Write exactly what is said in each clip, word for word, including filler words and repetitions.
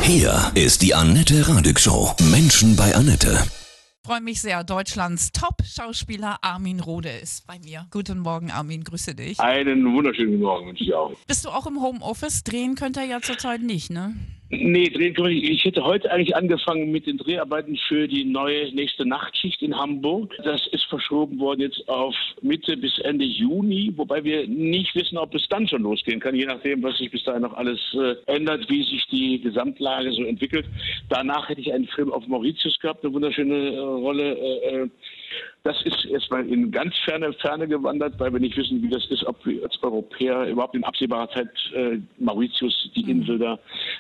Hier ist die Annette Radig Show. Menschen bei Annette. Ich freue mich sehr. Deutschlands Top-Schauspieler Armin Rohde ist bei mir. Guten Morgen, Armin. Grüße dich. Einen wunderschönen Morgen wünsche ich auch. Bist du auch im Homeoffice? Drehen könnt ihr ja zurzeit nicht, ne? Nee, drehen können wir nicht. Ich hätte heute eigentlich angefangen mit den Dreharbeiten für die neue nächste Nachtschicht in Hamburg. Das ist verschoben worden jetzt auf Mitte bis Ende Juni, wobei wir nicht wissen, ob es dann schon losgehen kann, je nachdem, was sich bis dahin noch alles äh, ändert, wie sich die Gesamtlage so entwickelt. Danach hätte ich einen Film auf Mauritius gehabt, eine wunderschöne äh, Rolle. Äh, Das ist erstmal in ganz ferne Ferne gewandert, weil wir nicht wissen, wie das ist, ob wir als Europäer überhaupt in absehbarer Zeit äh, Mauritius, die Insel da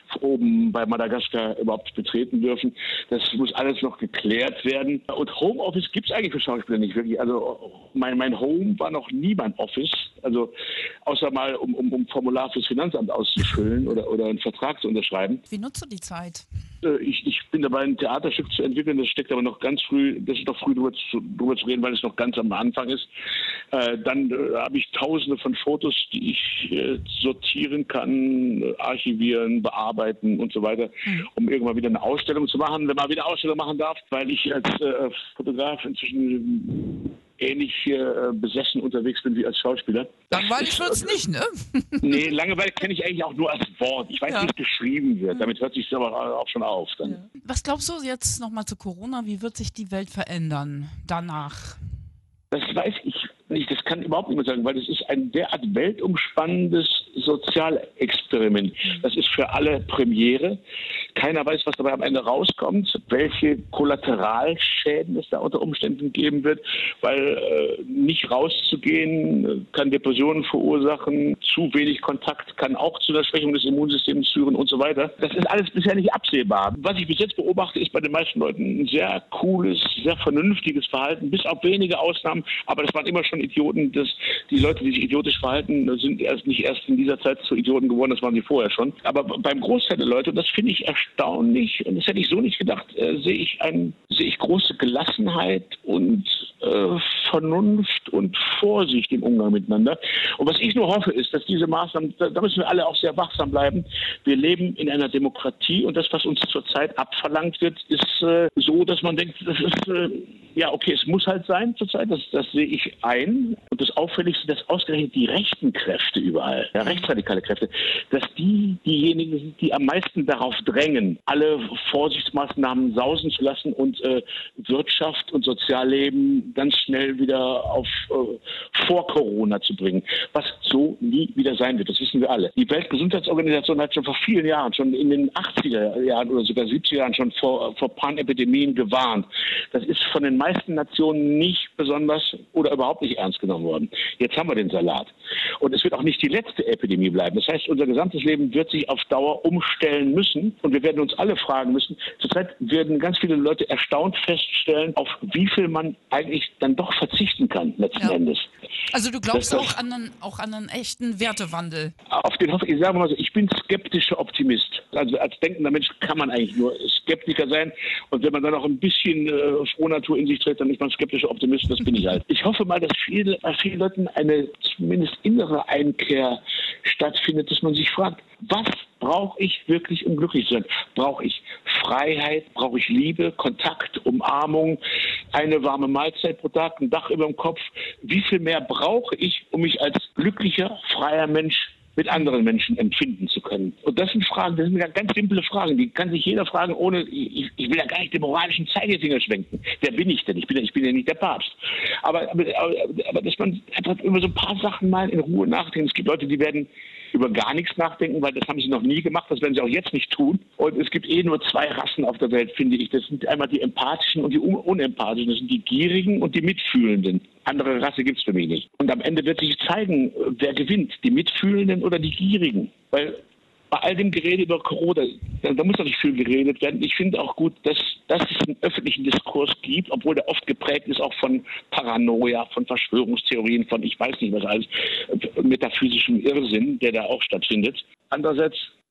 oben bei Madagaskar, überhaupt betreten dürfen. Das muss alles noch geklärt werden. Und Homeoffice gibt es eigentlich für Schauspieler nicht wirklich. Also mein, mein Home war noch nie mein Office. Also außer mal, um, um, um Formular fürs Finanzamt auszufüllen oder, oder einen Vertrag zu unterschreiben. Wie nutzt du die Zeit? Ich, ich bin dabei, ein Theaterstück zu entwickeln. Das steckt aber noch ganz früh, das ist noch früh drüber zu, drüber zu reden, weil es noch ganz am Anfang ist. Äh, dann äh, habe ich tausende von Fotos, die ich äh, sortieren kann, äh, archivieren, bearbeiten und so weiter, mhm. um irgendwann wieder eine Ausstellung zu machen, wenn man wieder eine Ausstellung machen darf, weil ich als äh, Fotograf inzwischen ähnlich äh, besessen unterwegs bin wie als Schauspieler. Langweilig wird es nicht, ne? Nee, Langeweile kenne ich eigentlich auch nur als Wort. Ich weiß, ja. wie es geschrieben wird. Damit hört sich es aber auch schon auf. Dann. Ja. Was glaubst du jetzt nochmal zu Corona? Wie wird sich die Welt verändern danach? Das weiß ich nicht. Das kann überhaupt niemand sagen, weil das ist ein derart weltumspannendes Sozialexperiment. Das ist für alle Premiere. Keiner weiß, was dabei am Ende rauskommt, welche Kollateralschäden es da unter Umständen geben wird, weil äh, nicht rauszugehen kann Depressionen verursachen, zu wenig Kontakt kann auch zu einer Schwächung des Immunsystems führen und so weiter. Das ist alles bisher nicht absehbar. Was ich bis jetzt beobachte, ist bei den meisten Leuten ein sehr cooles, sehr vernünftiges Verhalten, bis auf wenige Ausnahmen, aber das waren immer schon Idioten. Das, die Leute, die sich idiotisch verhalten, sind erst nicht erst in dieser Zeit zu Idioten geworden, das waren sie vorher schon. Aber beim Großteil der Leute, und das finde ich erstaunlich, und das hätte ich so nicht gedacht, äh, sehe ich ein, sehe ich große Gelassenheit und äh, Vernunft und Vorsicht im Umgang miteinander. Und was ich nur hoffe, ist, dass diese Maßnahmen, da, da müssen wir alle auch sehr wachsam bleiben. Wir leben in einer Demokratie und das, was uns zurzeit abverlangt wird, ist äh, so, dass man denkt, das ist, äh, ja okay, es muss halt sein zurzeit, das, das sehe ich ein. Und das Auffälligste, dass ausgerechnet die rechten Kräfte überall, ja, rechtsradikale Kräfte, dass die diejenigen sind, die am meisten darauf drängen, alle Vorsichtsmaßnahmen sausen zu lassen und äh, Wirtschaft und Sozialleben ganz schnell wieder auf äh, vor Corona zu bringen, was so nie wieder sein wird. Das wissen wir alle. Die Weltgesundheitsorganisation hat schon vor vielen Jahren, schon in den achtziger Jahren oder sogar siebziger Jahren schon vor, vor Panepidemien gewarnt. Das ist von den meisten Nationen nicht besonders oder überhaupt nicht ernst genommen worden. Jetzt haben wir den Salat. Und es wird auch nicht die letzte Epidemie bleiben. Das heißt, unser gesamtes Leben wird sich auf Dauer umstellen müssen und wir werden uns alle fragen müssen. Zurzeit werden ganz viele Leute erstaunt feststellen, auf wie viel man eigentlich dann doch verzichten kann, letzten ja. Endes. Also du glaubst das, auch, an einen, auch an einen echten Wertewandel? Auf den hoffe ich, sagen wir mal so, ich bin skeptischer Optimist. Also als denkender Mensch kann man eigentlich nur Skeptiker sein. Und wenn man dann auch ein bisschen äh, Frohnatur in sich trägt, dann ist man skeptischer Optimist. Das bin ich halt. Ich hoffe mal, dass viele, bei vielen Leuten eine zumindest innere Einkehr stattfindet, dass man sich fragt, was brauche ich wirklich, um glücklich zu sein? Brauche ich Freiheit? Brauche ich Liebe, Kontakt, Umarmung, eine warme Mahlzeit pro Tag, ein Dach über dem Kopf? Wie viel mehr brauche ich, um mich als glücklicher, freier Mensch mit anderen Menschen empfinden zu können? Und das sind Fragen, das sind ganz simple Fragen, die kann sich jeder fragen, ohne, ich, ich will ja gar nicht den moralischen Zeigefinger schwenken. Wer bin ich denn? Ich bin ja, ich bin ja nicht der Papst. Aber, aber, aber dass man einfach über so ein paar Sachen mal in Ruhe nachdenkt. Es gibt Leute, die werden über gar nichts nachdenken, weil das haben sie noch nie gemacht, das werden sie auch jetzt nicht tun. Und es gibt eh nur zwei Rassen auf der Welt, finde ich. Das sind einmal die Empathischen und die Unempathischen. Das sind die Gierigen und die Mitfühlenden. Andere Rasse gibt es für mich nicht. Und am Ende wird sich zeigen, wer gewinnt, die Mitfühlenden oder die Gierigen. Weil bei all dem Gerede über Corona, da, da muss doch nicht viel geredet werden. Ich finde auch gut, dass, dass es einen öffentlichen Diskurs gibt, obwohl der oft geprägt ist auch von Paranoia, von Verschwörungstheorien, von ich weiß nicht was alles, metaphysischem Irrsinn, der da auch stattfindet. Andererseits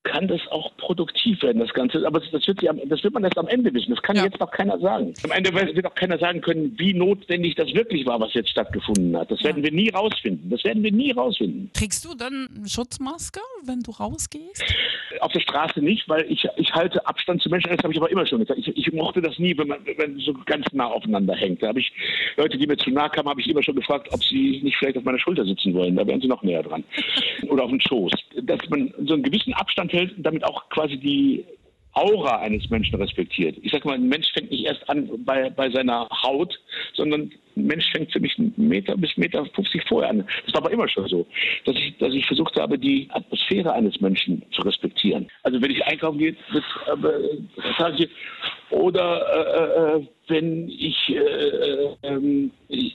kann das auch produktiv werden, das Ganze. Aber das wird, das wird man erst am Ende wissen. Das kann ja. jetzt noch keiner sagen. Am Ende wird auch keiner sagen können, wie notwendig das wirklich war, was jetzt stattgefunden hat. Das ja. werden wir nie rausfinden. Das werden wir nie rausfinden. Trägst du dann eine Schutzmaske, wenn du rausgehst? Auf der Straße nicht, weil ich, ich halte Abstand zu Menschen. Das habe ich aber immer schon gesagt. Ich, ich mochte das nie, wenn man wenn so ganz nah aufeinander hängt. Da habe ich Leute, die mir zu nahe kamen, habe ich immer schon gefragt, ob sie nicht vielleicht auf meiner Schulter sitzen wollen. Da wären sie noch näher dran. Oder auf dem Schoß. Dass man so einen gewissen Abstand hält und damit auch quasi die Aura eines Menschen respektiert. Ich sage mal, ein Mensch fängt nicht erst an bei, bei seiner Haut, sondern ein Mensch fängt für mich einen Meter bis Meter fünfzig vorher an. Das war aber immer schon so, dass ich, dass ich versucht habe, die Atmosphäre eines Menschen zu respektieren. Also wenn ich einkaufen gehe, das, äh, sage ich, oder äh, wenn ich äh, äh,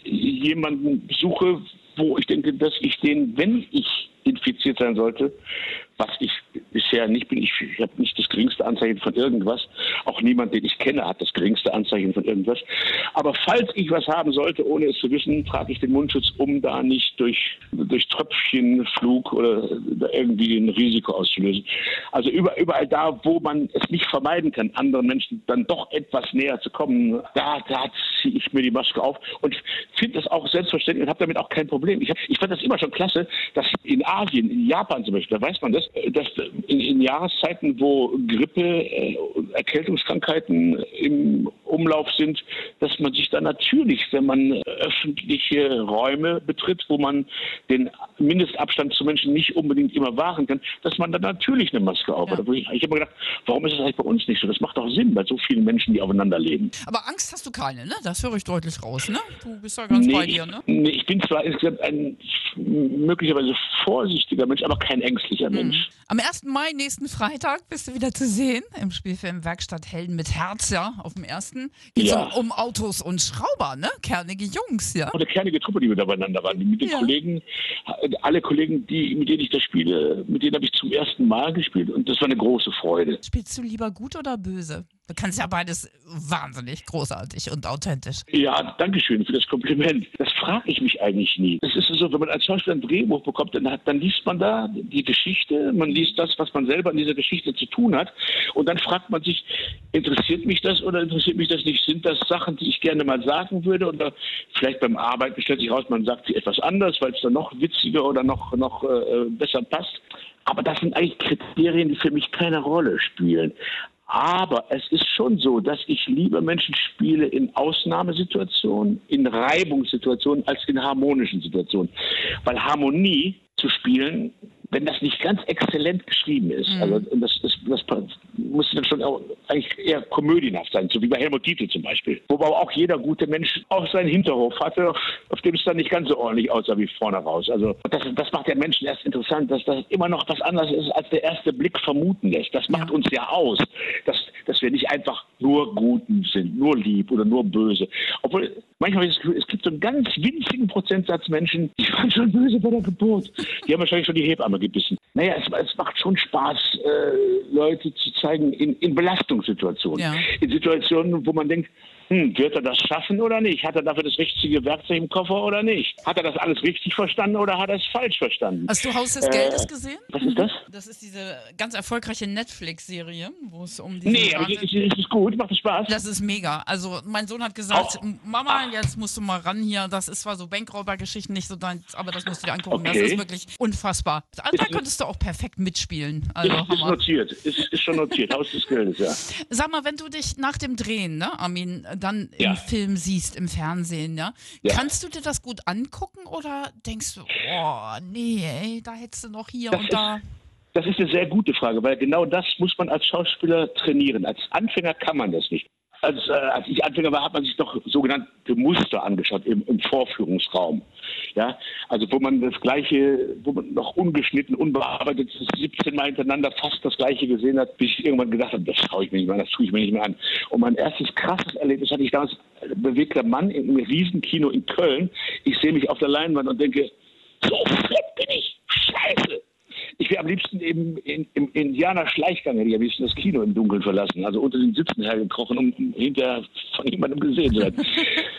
jemanden besuche, wo ich denke, dass ich den, wenn ich infiziert sein sollte, was ich bisher nicht bin. Ich, ich habe nicht das geringste Anzeichen von irgendwas. Auch niemand, den ich kenne, hat das geringste Anzeichen von irgendwas. Aber falls ich was haben sollte, ohne es zu wissen, trage ich den Mundschutz, um da nicht durch, durch Tröpfchenflug oder irgendwie ein Risiko auszulösen. Also überall da, wo man es nicht vermeiden kann, anderen Menschen dann doch etwas näher zu kommen, da, da ziehe ich mir die Maske auf und finde das auch selbstverständlich und habe damit auch kein Problem. Ich, hab, ich fand das immer schon klasse, dass in Asien, in Japan zum Beispiel, da weiß man das, dass in, in Jahreszeiten, wo Grippe, äh, Erkältungskrankheiten im Umlauf sind, dass man sich dann natürlich, wenn man öffentliche Räume betritt, wo man den Mindestabstand zu Menschen nicht unbedingt immer wahren kann, dass man dann natürlich eine Maske aufhat. Ja. Ich, ich habe mir gedacht, warum ist das eigentlich bei uns nicht so? Das macht doch Sinn, bei so vielen Menschen, die aufeinander leben. Aber Angst hast du keine, ne? Das höre ich deutlich raus, ne? Du bist ja ganz nee, bei dir, ne? Nee, ich bin zwar insgesamt ein möglicherweise vorsichtiger Mensch, aber kein ängstlicher Mensch. Mhm. Am ersten Mai, nächsten Freitag, bist du wieder zu sehen im Spielfilm Werkstatt Helden mit Herz, ja, auf dem ersten. Geht's ja. um, um Autos und Schrauber, ne? Kernige Jungs, ja. Und eine kernige Truppe, die wir da beieinander waren. Mit den ja. Kollegen, alle Kollegen, die, mit denen ich das spiele, mit denen habe ich zum ersten Mal gespielt und das war eine große Freude. Spielst du lieber gut oder böse? Du kannst ja beides wahnsinnig großartig und authentisch. Ja, danke schön für das Kompliment. Das frage ich mich eigentlich nie. Es ist so, wenn man als Schauspieler ein Drehbuch bekommt, dann, hat, dann liest man da die Geschichte, man liest das, was man selber in dieser Geschichte zu tun hat und dann fragt man sich, interessiert mich das oder interessiert mich das nicht? Sind das Sachen, die ich gerne mal sagen würde oder vielleicht beim Arbeiten stellt sich raus, man sagt sie etwas anders, weil es dann noch witziger oder noch, noch äh, besser passt. Aber das sind eigentlich Kriterien, die für mich keine Rolle spielen. Aber es ist schon so, dass ich lieber Menschen spiele in Ausnahmesituationen, in Reibungssituationen, als in harmonischen Situationen. Weil Harmonie zu spielen, wenn das nicht ganz exzellent geschrieben ist, mhm. also das, das, das muss dann schon auch eigentlich eher komödienhaft sein, so wie bei Helmut Dietl zum Beispiel. Wobei auch jeder gute Mensch auch seinen Hinterhof hatte, auf dem es dann nicht ganz so ordentlich aussah wie vorne raus. Also das, das macht der Menschen erst interessant, dass das immer noch was anderes ist, als der erste Blick vermuten lässt. Das macht ja. uns ja aus, dass, dass wir nicht einfach nur Guten sind, nur lieb oder nur böse. Obwohl, manchmal habe ich das Gefühl, es gibt so einen ganz winzigen Prozentsatz Menschen, die waren schon böse bei der Geburt. Die haben wahrscheinlich schon die Hebamme gebissen. Naja, es, es macht schon Spaß, äh, Leute zu zeigen in, in Belastungssituationen. Ja. In Situationen, wo man denkt, hm, wird er das schaffen oder nicht? Hat er dafür das richtige Werkzeug im Koffer oder nicht? Hat er das alles richtig verstanden oder hat er es falsch verstanden? Hast du Haus des Geldes äh, gesehen? Was ist das? Das ist diese ganz erfolgreiche Netflix-Serie, wo es um die... Nee, aber ist, ist es gut? Macht es Spaß? Das ist mega. Also mein Sohn hat gesagt, oh. Mama, jetzt musst du mal ran hier. Das ist zwar so Bankräubergeschichten nicht so dein, aber das musst du dir angucken. Okay. Das ist wirklich unfassbar. Also, da könntest du auch perfekt mitspielen. Also, ist, ist notiert. Ist, ist schon notiert. Haus des Geldes, ja. Sag mal, wenn du dich nach dem Drehen, ne, Armin, dann ja. im Film siehst, im Fernsehen, ja, ja, kannst du dir das gut angucken oder denkst du, oh, nee, ey, da hättest du noch hier das und ist, da... Das ist eine sehr gute Frage, weil genau das muss man als Schauspieler trainieren. Als Anfänger kann man das nicht. Als, äh, als ich Anfänger war, hat man sich doch sogenannte Muster angeschaut im, im Vorführungsraum. Ja, also wo man das Gleiche, wo man noch ungeschnitten, unbearbeitet siebzehn Mal hintereinander fast das Gleiche gesehen hat, bis ich irgendwann gedacht habe, das schaue ich mir nicht mehr an, das tue ich mir nicht mehr an. Und mein erstes krasses Erlebnis hatte ich damals, bewegter Mann in einem Riesenkino in Köln. Ich sehe mich auf der Leinwand und denke, so fett bin ich, scheiße. Ich wäre am liebsten eben in, im Indianer-Schleichgang, hätte ich am liebsten das Kino im Dunkeln verlassen, also unter den Sitzen hergekrochen, um, um hinterher von jemandem gesehen zu werden.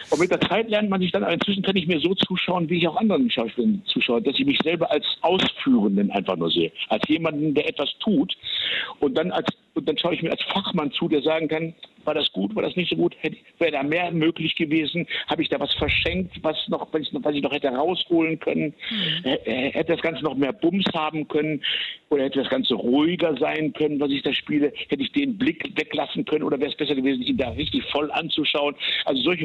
Und mit der Zeit lernt man sich dann, inzwischen kann ich mir so zuschauen, wie ich auch anderen Schauspielern zuschaue, dass ich mich selber als Ausführenden einfach nur sehe. Als jemanden, der etwas tut. Und dann, als, und dann schaue ich mir als Fachmann zu, der sagen kann, war das gut, war das nicht so gut, wäre da mehr möglich gewesen, habe ich da was verschenkt, was, noch, was, ich, noch, was ich noch hätte rausholen können, mhm. hätte das Ganze noch mehr Bums haben können oder hätte das Ganze ruhiger sein können, was ich da spiele, hätte ich den Blick weglassen können oder wäre es besser gewesen, ihn da richtig voll anzuschauen. Also solche,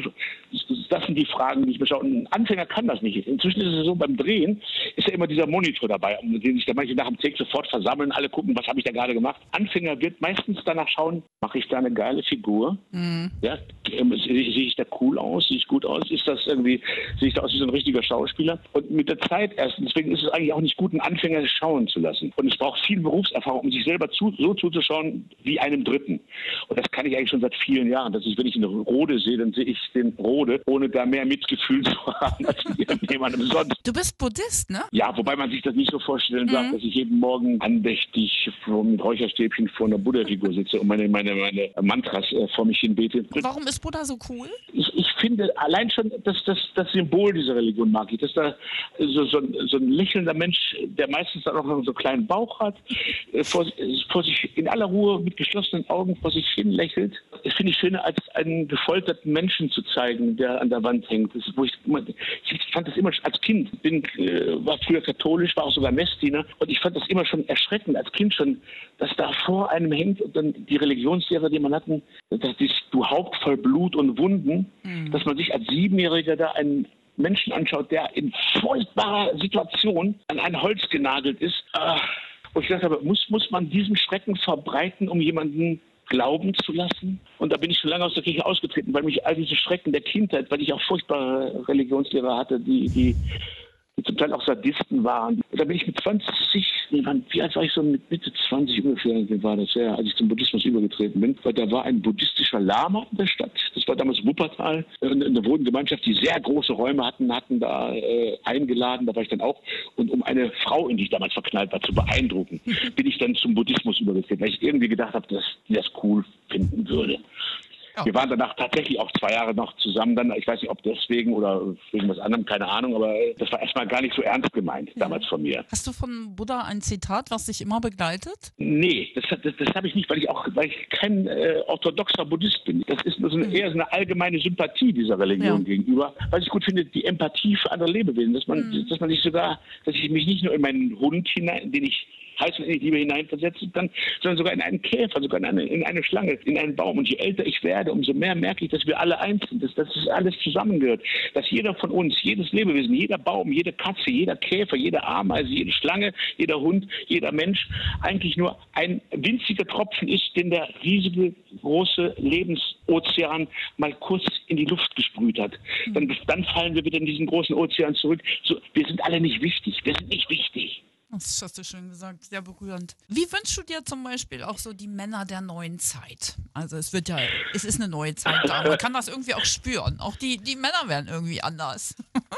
das sind die Fragen, die ich mir schaue. Ein Anfänger kann das nicht. Inzwischen ist es so, beim Drehen ist ja immer dieser Monitor dabei, um den sich da manche nach dem Take sofort versammeln, alle gucken, was habe ich da gerade gemacht. Anfänger wird meistens danach schauen, mache ich da eine geile Figur? Mhm. Ja, sehe ich da cool aus? Sehe ich gut aus? Ist das irgendwie, sehe ich da aus wie so ein richtiger Schauspieler? Und mit der Zeit erst, deswegen ist es eigentlich auch nicht gut, einen Anfänger schauen zu lassen. Und es braucht viel Berufserfahrung, um sich selber zu, so zuzuschauen wie einem Dritten. Und das kann ich eigentlich schon seit vielen Jahren. Das ist, wenn ich einen Rode sehe, dann sehe ich den Rode, ohne da mehr Mitgefühl zu haben als jemandem sonst. Du bist Buddhist, ne? Ja, wobei man sich das nicht so vorstellen darf, mhm. dass ich jeden Morgen andächtig mit Räucherstäbchen vor einer Buddha-Figur sitze und meine, meine, meine Mantras äh, vor mich hin bete. Warum ist Buddha so cool? Ich, ich finde allein schon, dass das, das Symbol dieser Religion mag ich, dass da so, so, ein, so ein lächelnder Mensch, der meistens dann auch noch so einen kleinen Bauch hat, äh, vor, vor sich in aller Ruhe mit geschlossenen Augen vor sich hin lächelt. Das finde ich schöner, als einen gefolterten Menschen zu zeigen, der an der Wand hängt. Das ist, wo ich, ich fand das immer als Kind, bin, äh, war früher katholisch, war auch sogar Messdiener und ich fand das immer schon erschreckend, als Kind schon, dass da vor einem hängt und dann die Religionslehrer, die man hatten, das ist du Haupt voll Blut und Wunden, mhm. dass man sich als Siebenjähriger da einen Menschen anschaut, der in furchtbarer Situation an ein Holz genagelt ist. Und ich dachte aber, muss, muss man diesen Schrecken verbreiten, um jemanden glauben zu lassen? Und da bin ich schon lange aus der Kirche ausgetreten, weil mich all diese Schrecken der Kindheit, weil ich auch furchtbare Religionslehrer hatte, die, die die zum Teil auch Sadisten waren. Da bin ich mit zwanzig, nee, wie alt war ich so, mit Mitte zwanzig ungefähr, war das ja, als ich zum Buddhismus übergetreten bin, weil da war ein buddhistischer Lama in der Stadt, das war damals Wuppertal, eine Wohngemeinschaft, die sehr große Räume hatten, hatten da äh, eingeladen, da war ich dann auch, und um eine Frau, in die ich damals verknallt war, zu beeindrucken, bin ich dann zum Buddhismus übergetreten, weil ich irgendwie gedacht habe, dass die das cool finden würde. Ja. Wir waren danach tatsächlich auch zwei Jahre noch zusammen dann, ich weiß nicht, ob deswegen oder wegen was anderem, keine Ahnung, aber das war erstmal gar nicht so ernst gemeint, ja. damals von mir. Hast du von Buddha ein Zitat, was dich immer begleitet? Nee, das, das, das habe ich nicht, weil ich auch weil ich kein äh, orthodoxer Buddhist bin. Das ist so eine, mhm. eher so eine allgemeine Sympathie dieser Religion ja. gegenüber, weil ich gut finde, die Empathie für andere Lebewesen, dass man, mhm. dass man sich sogar, dass ich mich nicht nur in meinen Hund hinein, den ich heiß und innig Liebe hineinversetzen kann, sondern sogar in einen Käfer, sogar in eine, in eine Schlange, in einen Baum. Und je älter ich werde, umso mehr merke ich, dass wir alle eins sind, dass, dass das alles zusammengehört. Dass jeder von uns, jedes Lebewesen, jeder Baum, jede Katze, jeder Käfer, jede Ameise, jede Schlange, jeder Hund, jeder Mensch eigentlich nur ein winziger Tropfen ist, den der riesige, große Lebensozean mal kurz in die Luft gesprüht hat. Dann, dann fallen wir wieder in diesen großen Ozean zurück. So, wir sind alle nicht wichtig. Wir sind nicht wichtig. Das hast du schön gesagt, sehr berührend. Wie wünschst du dir zum Beispiel auch so die Männer der neuen Zeit? Also es wird ja, es ist eine neue Zeit da, man kann das irgendwie auch spüren. Auch die, die Männer werden irgendwie anders.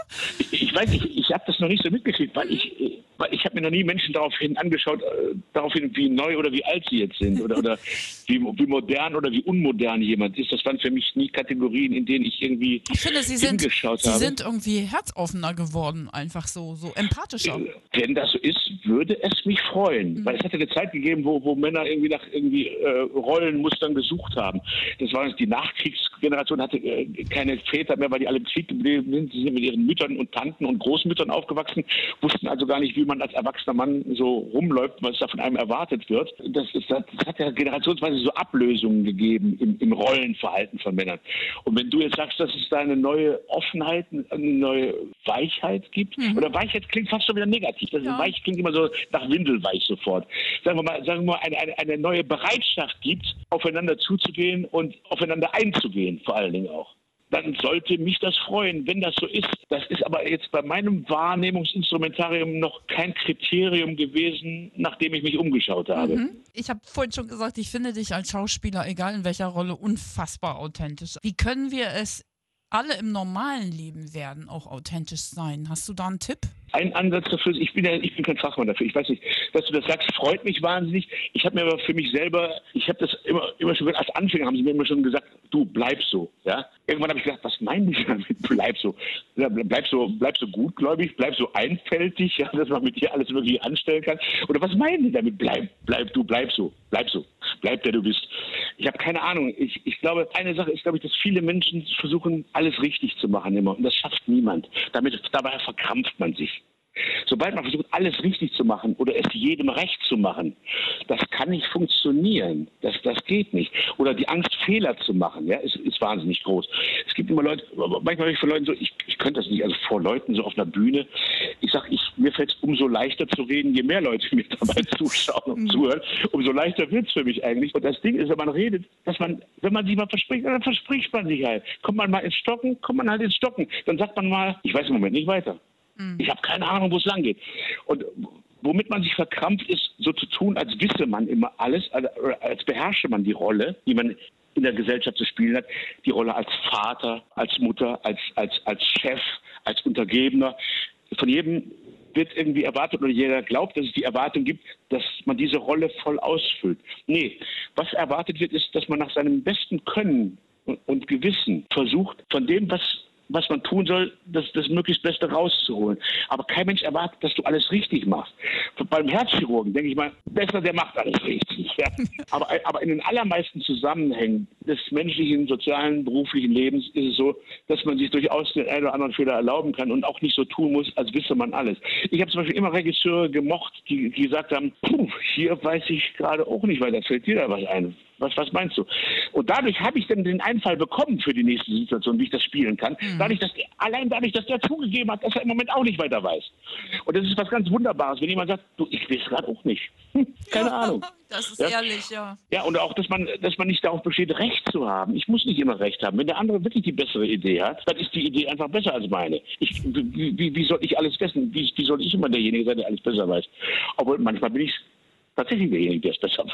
Ich weiß nicht, ich habe das noch nicht so mitgekriegt, weil ich, weil ich habe mir noch nie Menschen daraufhin angeschaut, äh, daraufhin, wie neu oder wie alt sie jetzt sind oder, oder wie, wie modern oder wie unmodern jemand ist. Das waren für mich nie Kategorien, in denen ich irgendwie ich finde, sie sind, hingeschaut sie habe. Sie sind irgendwie herzoffener geworden, einfach so, so empathischer. Äh, wenn das so ist, würde es mich freuen. Mhm. Weil es hat ja eine Zeit gegeben, wo, wo Männer irgendwie nach irgendwie äh, Rollenmustern gesucht haben. Das war die Nachkriegsgeneration, hatte äh, keine Väter mehr, weil die alle im Krieg geblieben sind. Sie sind mit ihren Müttern und Tanten und Großmüttern aufgewachsen, wussten also gar nicht, wie man als erwachsener Mann so rumläuft, was da von einem erwartet wird. Das, ist, das hat ja generationsweise so Ablösungen gegeben im, im Rollenverhalten von Männern. Und wenn du jetzt sagst, dass es da eine neue Offenheit, eine neue Weichheit gibt, mhm. oder Weichheit klingt fast schon wieder negativ. Das ja. Weich klingt immer so nach Windelweich sofort. Sagen wir mal, sagen wir mal eine, eine, eine neue Bereitschaft gibt, aufeinander zuzugehen und aufeinander einzugehen, vor allen Dingen auch. Dann sollte mich das freuen, wenn das so ist. Das ist aber jetzt bei meinem Wahrnehmungsinstrumentarium noch kein Kriterium gewesen, nachdem ich mich umgeschaut habe. Mhm. Ich habe vorhin schon gesagt, ich finde dich als Schauspieler, egal in welcher Rolle, unfassbar authentisch. Wie können wir es alle im normalen Leben werden auch authentisch sein. Hast du da einen Tipp? Ein Ansatz dafür ist, ich bin ja, ich bin kein Fachmann dafür. Ich weiß nicht, dass du das sagst, freut mich wahnsinnig. Ich habe mir aber für mich selber, ich habe das immer, immer schon gehört, als Anfänger haben sie mir immer schon gesagt, du bleib so. Ja? Irgendwann habe ich gedacht, was meinen die damit? Bleib so. Ja, bleib so, bleib so gutgläubig, bleib so einfältig, ja, dass man mit dir alles wirklich anstellen kann. Oder was meinen die damit? Bleib, bleib, du bleib so, bleib so, bleib der du bist. Ich habe keine Ahnung. Ich, ich glaube, eine Sache ist, glaube ich, dass viele Menschen versuchen, alles richtig zu machen immer. Und das schafft niemand. Damit, dabei verkrampft man sich. Sobald man versucht, alles richtig zu machen oder es jedem recht zu machen, das kann nicht funktionieren. Das, das geht nicht. Oder die Angst, Fehler zu machen, ja, ist, ist wahnsinnig groß. Es gibt immer Leute, manchmal höre ich von Leuten so, ich, ich könnte das nicht, also vor Leuten so auf einer Bühne. Ich sage, ich, mir fällt es umso leichter zu reden, je mehr Leute mir dabei zuschauen und zuhören, umso leichter wird es für mich eigentlich. Und das Ding ist, wenn man redet, dass man, wenn man sich mal verspricht, dann verspricht man sich halt. Kommt man mal ins Stocken, kommt man halt ins Stocken. Dann sagt man mal, ich weiß im Moment nicht weiter. Ich habe keine Ahnung, wo es lang geht. Und womit man sich verkrampft, ist so zu tun, als wisse man immer alles, als, als beherrsche man die Rolle, die man in der Gesellschaft zu spielen hat. Die Rolle als Vater, als Mutter, als, als, als Chef, als Untergebener. Von jedem wird irgendwie erwartet oder jeder glaubt, dass es die Erwartung gibt, dass man diese Rolle voll ausfüllt. Nee, was erwartet wird, ist, dass man nach seinem besten Können und, und Gewissen versucht, von dem, was was man tun soll, das, das möglichst Beste rauszuholen. Aber kein Mensch erwartet, dass du alles richtig machst. Beim Herzchirurgen denke ich mal, besser, der macht alles richtig. Ja. Aber, aber in den allermeisten Zusammenhängen des menschlichen, sozialen, beruflichen Lebens ist es so, dass man sich durchaus den einen oder anderen Fehler erlauben kann und auch nicht so tun muss, als wisse man alles. Ich habe zum Beispiel immer Regisseure gemocht, die, die gesagt haben, puh, hier weiß ich gerade auch nicht, weil da fällt dir da was ein. Was, was meinst du? Und dadurch habe ich dann den Einfall bekommen für die nächste Situation, wie ich das spielen kann. Mhm. Dadurch, dass, allein dadurch, dass der zugegeben hat, dass er im Moment auch nicht weiter weiß. Und das ist was ganz Wunderbares, wenn jemand sagt, du, ich weiß gerade auch nicht. Hm, keine ja, Ahnung. Das ist ja? ehrlich, ja. Ja, und auch, dass man, dass man nicht darauf besteht, Recht zu haben. Ich muss nicht immer Recht haben. Wenn der andere wirklich die bessere Idee hat, dann ist die Idee einfach besser als meine. Ich, wie, wie, wie soll ich alles wissen? Wie, wie soll ich immer derjenige sein, der alles besser weiß? Obwohl, manchmal bin ich tatsächlich derjenige, der es besser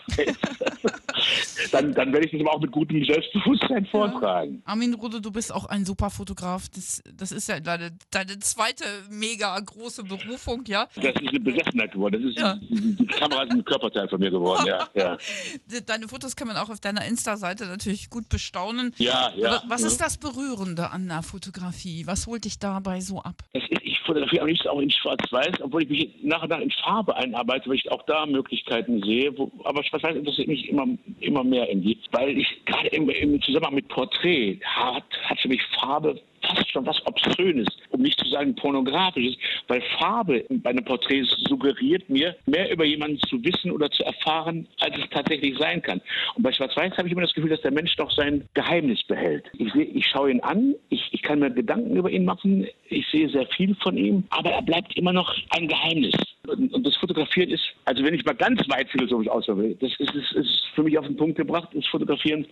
weiß. dann, dann werde ich das aber auch mit gutem Selbstbewusstsein vortragen. Ja. Armin Rohde, du bist auch ein super Fotograf. Das, das ist ja deine, deine zweite mega große Berufung, ja? Das ist eine Besessenheit geworden. Das ist ja. die, die Kamera ist ein Körperteil von mir geworden, ja, ja. Deine Fotos kann man auch auf deiner Insta-Seite natürlich gut bestaunen. Ja, ja. Was ja. ist das Berührende an der Fotografie? Was holt dich dabei so ab? Das ist, ich fotografiere am liebsten auch in Schwarz-Weiß, obwohl ich mich nach und nach in Farbe einarbeite, weil ich auch da Möglichkeiten sehe. Wo, aber Schwarz-Weiß interessiert mich immer, immer mehr irgendwie, weil ich gerade im, im Zusammenhang mit Porträt hat, hat für mich Farbe fast schon was Obszönes, um nicht zu sagen Pornografisches, weil Farbe bei einem Porträt suggeriert mir, mehr über jemanden zu wissen oder zu erfahren, als es tatsächlich sein kann. Und bei Schwarz-Weiß habe ich immer das Gefühl, dass der Mensch noch sein Geheimnis behält. Ich, seh, ich schaue ihn an, ich, ich kann mir Gedanken über ihn machen, ich sehe sehr viel von ihm, aber er bleibt immer noch ein Geheimnis. Und, und das Fotografieren ist, also wenn ich mal ganz weit philosophisch ausdrücken will, das ist, ist, ist für mich auf den Punkt gebracht, das Fotografieren.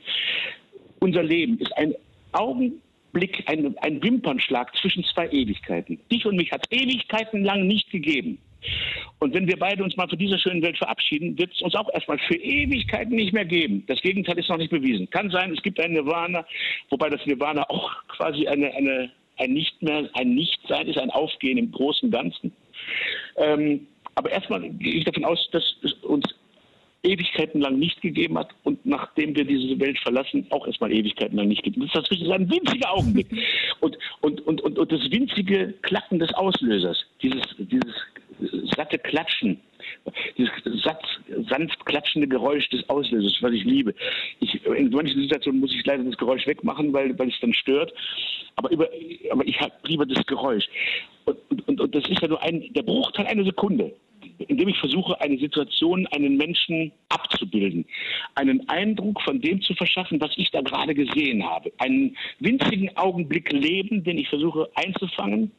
Unser Leben ist ein Augen Blick, ein, ein Wimpernschlag zwischen zwei Ewigkeiten. Dich und mich hat es Ewigkeiten lang nicht gegeben. Und wenn wir beide uns mal von dieser schönen Welt verabschieden, wird es uns auch erstmal für Ewigkeiten nicht mehr geben. Das Gegenteil ist noch nicht bewiesen. Kann sein, es gibt ein Nirvana, wobei das Nirvana auch quasi eine, eine, ein Nicht mehr, ein Nichtsein ist, ein Aufgehen im großen Ganzen. Ähm, aber erstmal gehe ich davon aus, dass es uns Ewigkeiten lang nicht gegeben hat und nachdem wir diese Welt verlassen, auch erstmal Ewigkeiten lang nicht gibt. Das ist ein winziger Augenblick. Und, und, und, und, und das winzige Klacken des Auslösers, dieses, dieses satte Klatschen, dieses satt, sanft klatschende Geräusch des Auslösers, was ich liebe. Ich, in manchen Situationen muss ich leider das Geräusch wegmachen, weil, weil es dann stört. Aber, über, aber ich habe lieber das Geräusch. Und, und, und das ist ja nur ein, der Bruchteil einer Sekunde, indem ich versuche, eine Situation, einen Menschen abzubilden, einen Eindruck von dem zu verschaffen, was ich da gerade gesehen habe. Einen winzigen Augenblick Leben, den ich versuche einzufangen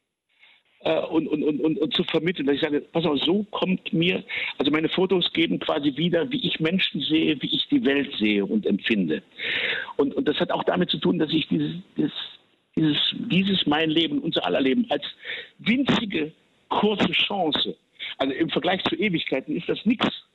äh, und, und, und, und, und zu vermitteln. Dass ich sage, pass auf, so kommt mir, also meine Fotos geben quasi wieder, wie ich Menschen sehe, wie ich die Welt sehe und empfinde. Und, und das hat auch damit zu tun, dass ich dieses, dieses, dieses, dieses mein Leben, unser aller Leben, als winzige, kurze Chance, also im Vergleich zu Ewigkeiten ist das nichts.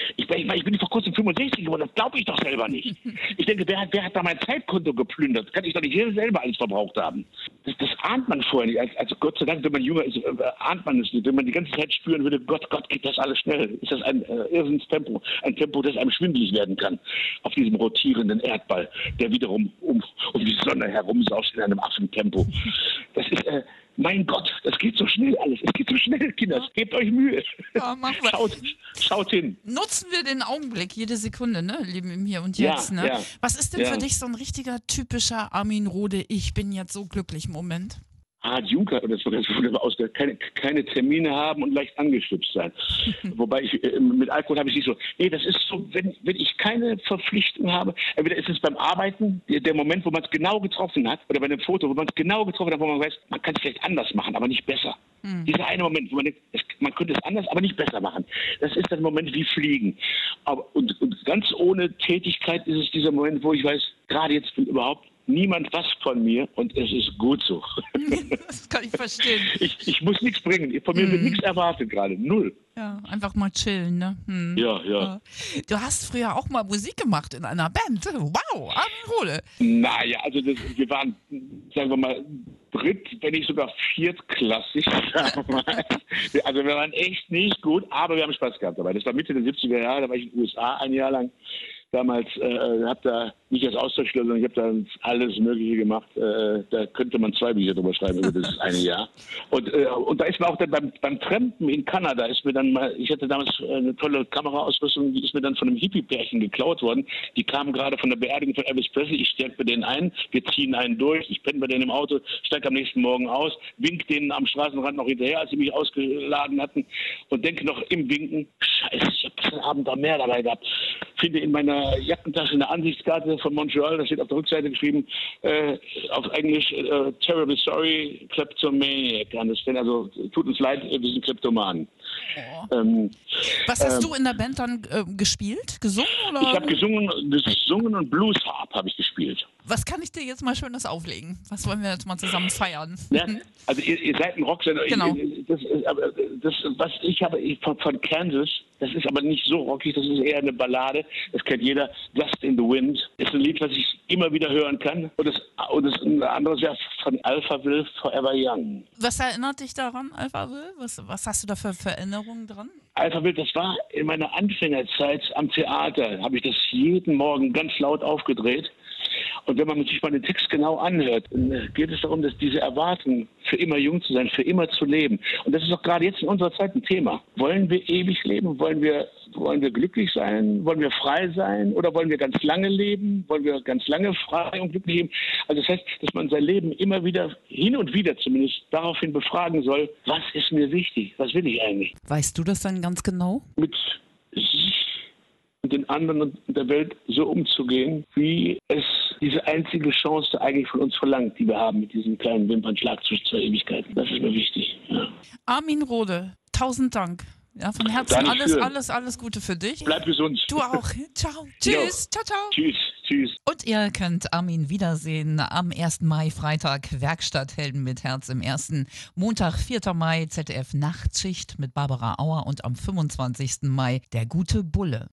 Ich, bin- ich, meine, ich bin vor kurzem fünfundsechzig geworden, das glaube ich doch selber nicht. Ich denke, wer hat, wer hat da mein Zeitkonto geplündert? Das kann ich doch nicht jeder selber alles verbraucht haben. Das, das ahnt man vorher nicht. Also, also Gott sei Dank, wenn man jünger ist, äh, ahnt man es nicht. Wenn man die ganze Zeit spüren würde, Gott, Gott, geht das alles schnell. Ist das ein äh, Irrsinnstempo. Ein Tempo, das einem schwindelig werden kann. Auf diesem rotierenden Erdball, der wiederum um, um die Sonne herumsaust in einem Affentempo. Das ist, äh, mein Gott, das geht so schnell alles. Es geht so schnell, Kinder. Gebt euch Mühe. Ja, machen wir. Schaut, schaut hin. Nutzen wir den Augenblick, jede Sekunde, ne? Leben im Hier und Ja, Jetzt, ne? ja. Was ist denn Ja. für dich so ein richtiger, typischer Armin Rohde, ich bin jetzt so glücklich Moment? Hart Juncker, das war ganz wunderbar ausgedrückt, keine, keine Termine haben und leicht angeschwipst sein. Wobei ich, äh, mit Alkohol habe ich nicht so, nee, das ist so, wenn, wenn ich keine Verpflichtung habe, entweder ist es beim Arbeiten der, der Moment, wo man es genau getroffen hat, oder bei einem Foto, wo man es genau getroffen hat, wo man weiß, man kann es vielleicht anders machen, aber nicht besser. Hm. Dieser eine Moment, wo man denkt, es, man könnte es anders, aber nicht besser machen. Das ist der Moment wie Fliegen. Aber, und, und ganz ohne Tätigkeit ist es dieser Moment, wo ich weiß, gerade jetzt will überhaupt niemand was von mir und es ist gut so. Das kann ich verstehen. Ich, ich muss nichts bringen. Von mir wird Hm. nichts erwartet gerade. Null. Ja, einfach mal chillen, ne? Hm. Ja, ja. Du hast früher auch mal Musik gemacht in einer Band. Wow, Armin Rohde. Naja, also das, wir waren, sagen wir mal, dritt, wenn nicht sogar viertklassig damals. Also wir waren echt nicht gut, aber wir haben Spaß gehabt dabei. Das war Mitte der siebziger Jahre, da war ich in den U S A ein Jahr lang. Damals äh, habe da nicht als Austauschschüler, sondern ich habe da alles Mögliche gemacht. Äh, da könnte man zwei Bücher drüber schreiben über das eine Jahr. Und, äh, und da ist mir auch dann beim, beim Trampen in Kanada, ist mir dann mal, ich hatte damals eine tolle Kameraausrüstung, die ist mir dann von einem Hippie-Pärchen geklaut worden. Die kamen gerade von der Beerdigung von Elvis Presley. Ich stärke bei denen ein, wir ziehen einen durch, ich penne bei denen im Auto, steige am nächsten Morgen aus, wink denen am Straßenrand noch hinterher, als sie mich ausgeladen hatten und denke noch im Winken, scheiße, ich habe gestern Abend da mehr dabei gehabt. Finde in meiner Jackentasche eine Ansichtskarte von Montreal, da steht auf der Rückseite geschrieben, äh, auf Englisch, äh, terribly sorry, kleptomaniac. Also, tut uns leid, wir sind Kleptomanen. Oh. Ähm, Was hast ähm, du in der Band dann äh, gespielt? Gesungen? Oder? Ich habe gesungen, gesungen und Blues Harp habe ich gespielt. Was kann ich dir jetzt mal Schönes auflegen? Was wollen wir jetzt mal zusammen feiern? Ja, also ihr, ihr seid ein Rocksender. Genau. Das, ist- aber das, was ich habe ich, von, von Kansas, das ist aber nicht so rockig, das ist eher eine Ballade. Das kennt jeder. Dust in the Wind ist ein Lied, was ich immer wieder hören kann. Und das, und das ein anderes wäre von Alphaville, Forever Young. Was erinnert dich daran, Alphaville? Was, was hast du da für, für Erinnerungen dran? Alphaville, das war in meiner Anfängerzeit am Theater, habe ich das jeden Morgen ganz laut aufgedreht. Und wenn man sich mal den Text genau anhört, dann geht es darum, dass diese Erwartung, für immer jung zu sein, für immer zu leben. Und das ist auch gerade jetzt in unserer Zeit ein Thema. Wollen wir ewig leben? Wollen wir, wollen wir glücklich sein? Wollen wir frei sein? Oder wollen wir ganz lange leben? Wollen wir ganz lange frei und glücklich leben? Also das heißt, dass man sein Leben immer wieder, hin und wieder zumindest, daraufhin befragen soll, was ist mir wichtig? Was will ich eigentlich? Weißt du das dann ganz genau? Mit sich und den anderen und der Welt so umzugehen, wie es diese einzige Chance eigentlich von uns verlangt, die wir haben mit diesem kleinen Wimpernschlag zwischen zwei Ewigkeiten. Das ist mir wichtig. Ja. Armin Rohde, tausend Dank. Ja, von Herzen Danke alles, schön. alles, alles Gute für dich. Bleib gesund. Du auch. Ciao. Tschüss. Ciao, ciao. Tschüss. Tschüss. Und ihr könnt Armin wiedersehen am ersten Mai, Freitag, Werkstatt Helden mit Herz im Ersten. Montag, vierter Mai, Z D F Nachtschicht mit Barbara Auer und am fünfundzwanzigsten Mai Der gute Bulle.